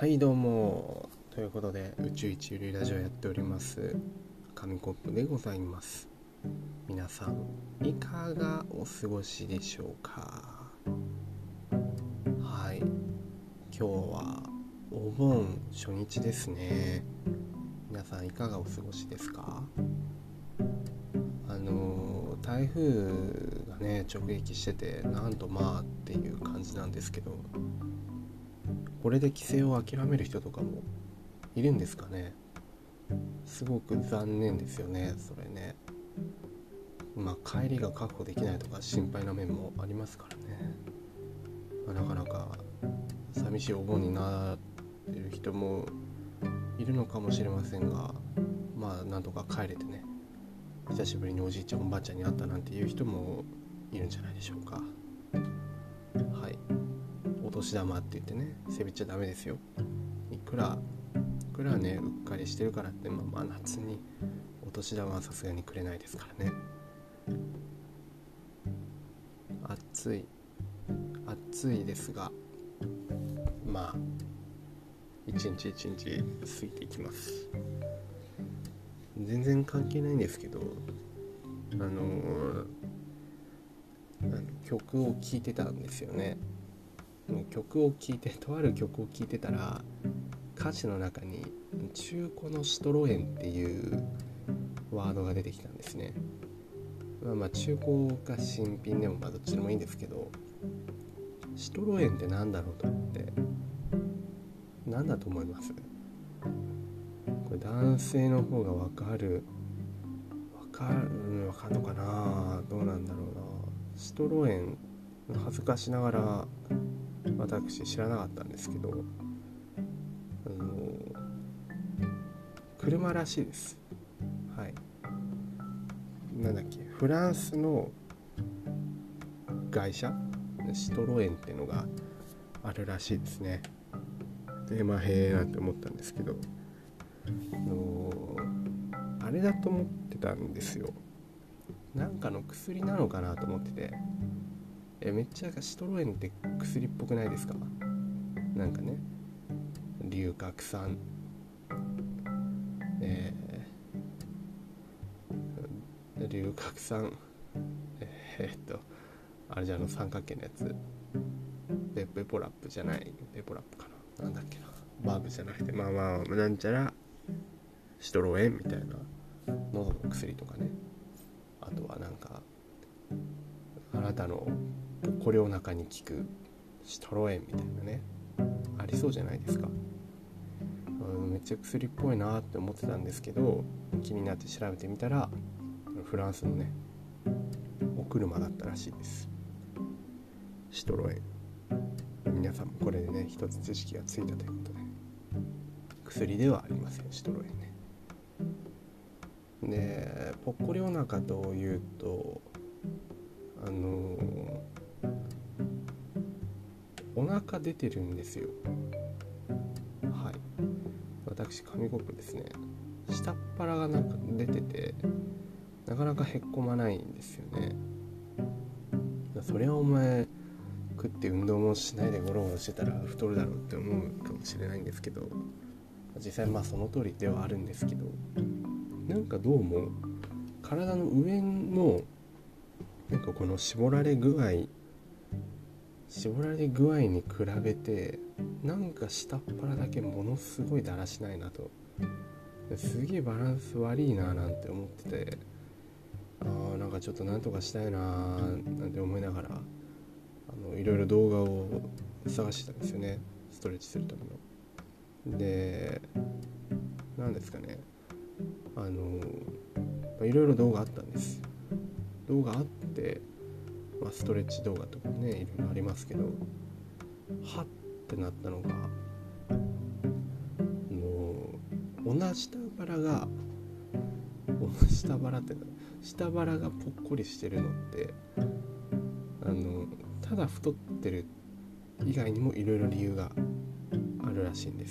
はいどうも、ということで宇宙一ゆるいラジオやっております紙コップでございます。皆さんいかがお過ごしでしょうか。はい、今日はお盆初日ですね。皆さんいかがお過ごしですか。台風がね直撃してて、なんとまあっていう感じなんですけど、これで帰省を諦める人とかもいるんですかね。すごく残念ですよね、それね。帰りが確保できないとか心配な面もありますからね。なかなか寂しいお盆になっている人もいるのかもしれませんが、なんとか帰れてね、久しぶりにおじいちゃんおばあちゃんに会ったなんていう人もいるんじゃないでしょうか。はい、お年玉って言ってね、せびっちゃダメですよ。いくらねうっかりしてるからって、夏にお年玉はさすがにくれないですからね。暑いですが、一日一日過ぎていきます。全然関係ないんですけど、曲を聴いてたんですよね。とある曲を聴いてたら、歌詞の中に中古のシトロエンっていうワードが出てきたんですね。中古か新品でもどっちでもいいんですけど、シトロエンってなんだろうと思って、なんだと思います？これ男性の方がわかるのかな。どうなんだろうな。シトロエン、恥ずかしながら私知らなかったんですけど、車らしいです。はい。フランスの会社シトロエンっていうのがあるらしいですね。でへえなんて思ったんですけど、あれだと思ってたんですよ。なんかの薬なのかなと思ってて、めっちゃシトロエンって薬っぽくないですか。なんかね、龍角散、龍角散、あれじゃ三角形のやつ、ペポラップじゃない、ペポラップかな、なんだっけな、バーブじゃなくて、なんちゃらシトロエンみたいな喉の薬とかね。あとはあなたのぽっこりお腹に効くシトロエンみたいなね、ありそうじゃないですか。めっちゃ薬っぽいなって思ってたんですけど、気になって調べてみたらフランスのねお車だったらしいです、シトロエン。皆さんもこれでね一つ知識がついたということで、薬ではありません、シトロエンね。で、ぽっこりお腹というと、お腹出てるんですよ。はい、私紙コップですね、下っ腹が出てて、なかなかへっこまないんですよね。それはお前食って運動もしないでゴロゴロしてたら太るだろうって思うかもしれないんですけど、実際その通りではあるんですけど、どうも体の上のこの絞られ具合に比べて、下っ腹だけものすごいだらしないなと、すげえバランス悪いななんて思ってて、ちょっとなんとかしたいななんて思いながら、いろいろ動画を探してたんですよね、ストレッチするための。で、なんですかね、いろいろ動画あったんです。動画あって、ストレッチ動画とかね、いろいろありますけど、はってなったのが、同じ下腹がぽっこりしてるのって、ただ太ってる以外にもいろいろ理由があるらしいんです。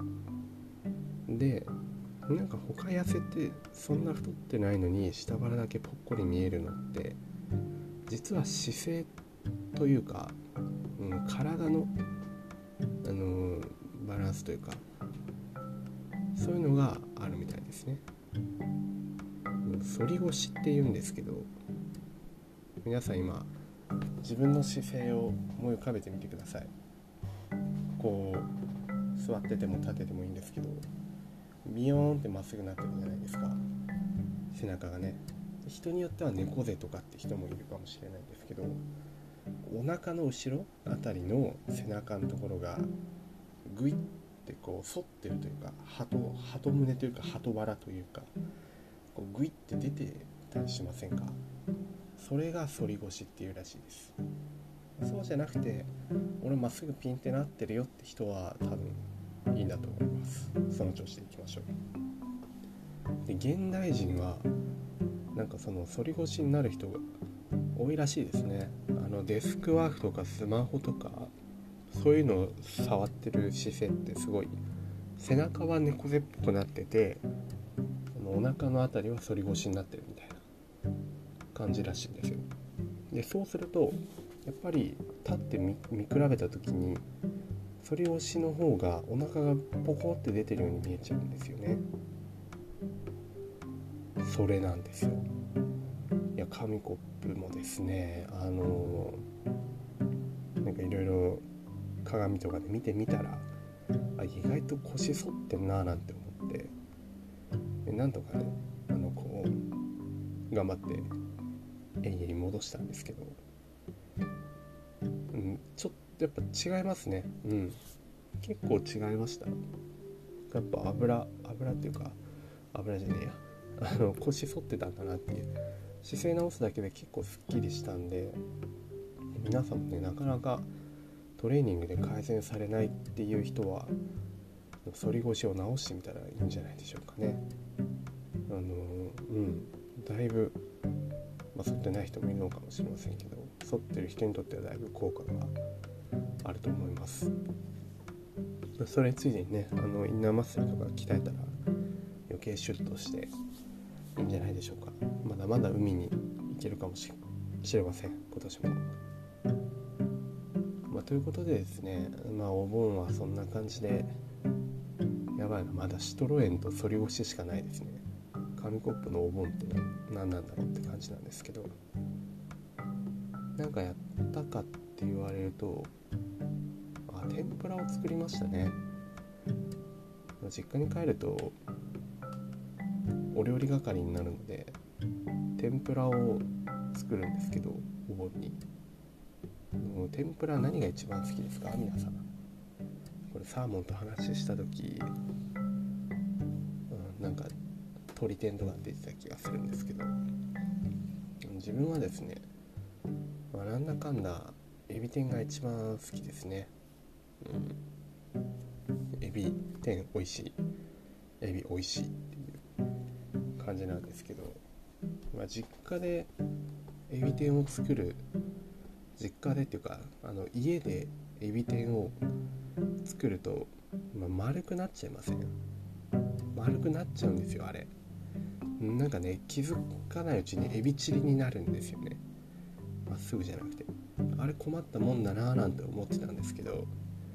で、他痩せてそんな太ってないのに下腹だけぽっこり見えるのって、実は姿勢というか、体の、ババランスというか、そういうのがあるみたいですね。反り腰って言うんですけど、皆さん今自分の姿勢を思い浮かべてみてください。こう座ってても立ててもいいんですけど、ビヨーンってまっすぐなってるじゃないですか、背中がね。人によっては猫背とかって人もいるかもしれないんですけど、お腹の後ろあたりの背中のところがグイってこう反ってるというか、鳩胸というか鳩腹というか、こうグイって出てたりしませんか？それが反り腰っていうらしいです。そうじゃなくて、俺まっすぐピンってなってるよって人は多分いいんだと思います。その調子でいきましょう。で、現代人はなんかその反り腰になる人が多いらしいですね。デスクワークとかスマホとかそういうのを触ってる姿勢ってすごい、背中は猫背っぽくなってて、お腹のあたりは反り腰になってるみたいな感じらしいんですよ。で、そうするとやっぱり立って見比べた時に反り腰の方がお腹がポコって出てるように見えちゃうんですよね。それなんですよ。いや、紙コップもですね、なんかいろいろ鏡とかで見てみたら、意外と腰反ってんなーなんて思って、なんとかね、こう頑張って永遠に戻したんですけど、ちょっとやっぱ違いますね。結構違いました。やっぱ油っていうか、油じゃねえや、腰反ってたんだなっていう、姿勢直すだけで結構すっきりしたんで、皆さんもね、なかなかトレーニングで改善されないっていう人は反り腰を直してみたらいいんじゃないでしょうかね。だいぶ、反ってない人もいるのかもしれませんけど、反ってる人にとってはだいぶ効果があると思います。それについでにね、インナーマッスルとか鍛えたら余計シュッとしていいんじゃないでしょうか。まだまだ海に行けるかもしれません、今年も。ということでですね、お盆はそんな感じで、やばいな、まだシトロエンと反り腰しかないですね。紙コップのお盆って何なんだろうって感じなんですけど、なんかやったかって言われると、天ぷらを作りましたね。実家に帰るとお料理係になるので天ぷらを作るんですけど、お盆に。天ぷら何が一番好きですか、皆さん。これサーモンと話した時、なんか鶏天とか出てた気がするんですけど、自分はですね、なんだかんだエビ天が一番好きですね。エビ天美味しい、エビ美味しいっていう感じなんですけど、実家でエビ天を作る、実家でっていうか家でエビ天を作ると、丸くなっちゃいません？丸くなっちゃうんですよ、あれ。なんかね、気づかないうちにエビチリになるんですよね。まっすぐじゃなくて。あれ困ったもんだなーなんて思ってたんですけど、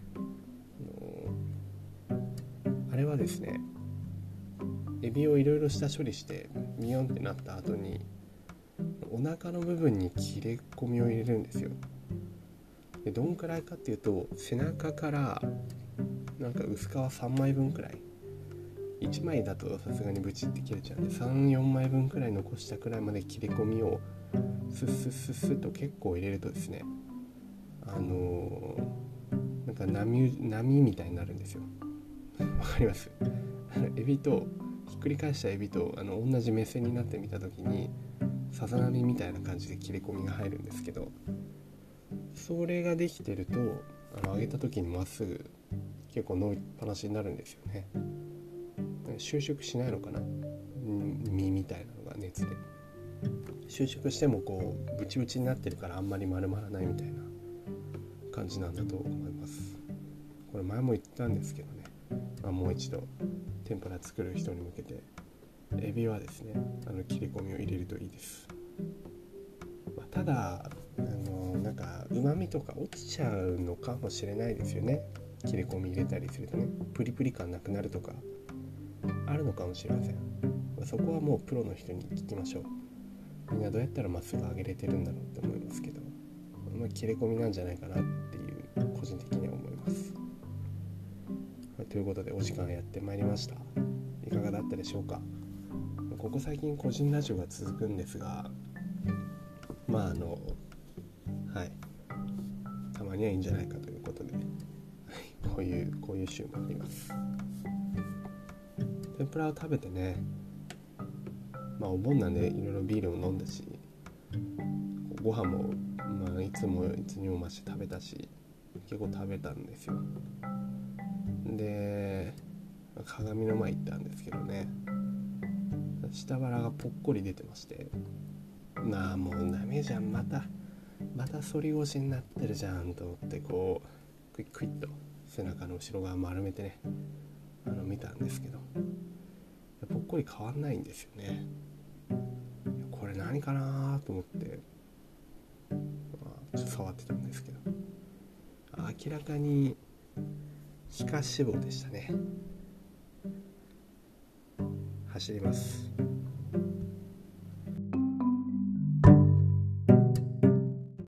あれはですね、エビをいろいろ下処理してミヨンってなった後にお腹の部分に切れ込みを入れるんですよ。で、どんくらいかっていうと、背中からなんか薄皮3枚分くらい、1枚だとさすがにブチって切れちゃうんで 3,4 枚分くらい残したくらいまで切れ込みをスッスッスッスッと結構入れるとですね、なんか波みたいになるんですよ。わかります？エビとひっくり返したエビと同じ目線になってみた時にさざ波みたいな感じで切れ込みが入るんですけど、それができてると揚げた時にまっすぐ結構伸びっぱなしになるんですよね。収縮しないのかな、身みたいなのが熱で収縮してもこうブチブチになってるからあんまり丸まらないみたいな感じなんだと思います。これ前も言ったんですけどね、もう一度天ぷら作る人に向けて、エビはですね切れ込みを入れるといいです。ただなんか旨味とか落ちちゃうのかもしれないですよね。 切れ込み入れたりするとね、プリプリ感なくなるとかあるのかもしれません。そこはもうプロの人に聞きましょう。みんなどうやったらまっすぐ上げれてるんだろうって思いますけど、切れ込みなんじゃないかなっていう個人的には思います。ということでお時間やってまいりました。いかがだったでしょうか。ここ最近個人ラジオが続くんですが、はいたまにはいいんじゃないかということで、こういう週もあります。天ぷらを食べてね、お盆なんでいろいろビールも飲んだし、ご飯も、いつにも増して食べたし、結構食べたんですよ。で鏡の前行ったんですけどね、下腹がぽっこり出てまして、もうダメじゃん、また反り腰になってるじゃんと思って、こうクイックイッと背中の後ろ側丸めてね、見たんですけど、ぽっこり変わんないんですよね。これ何かなと思って、ちょっと触ってたんですけど、明らかに皮下脂肪でしたね。走ります。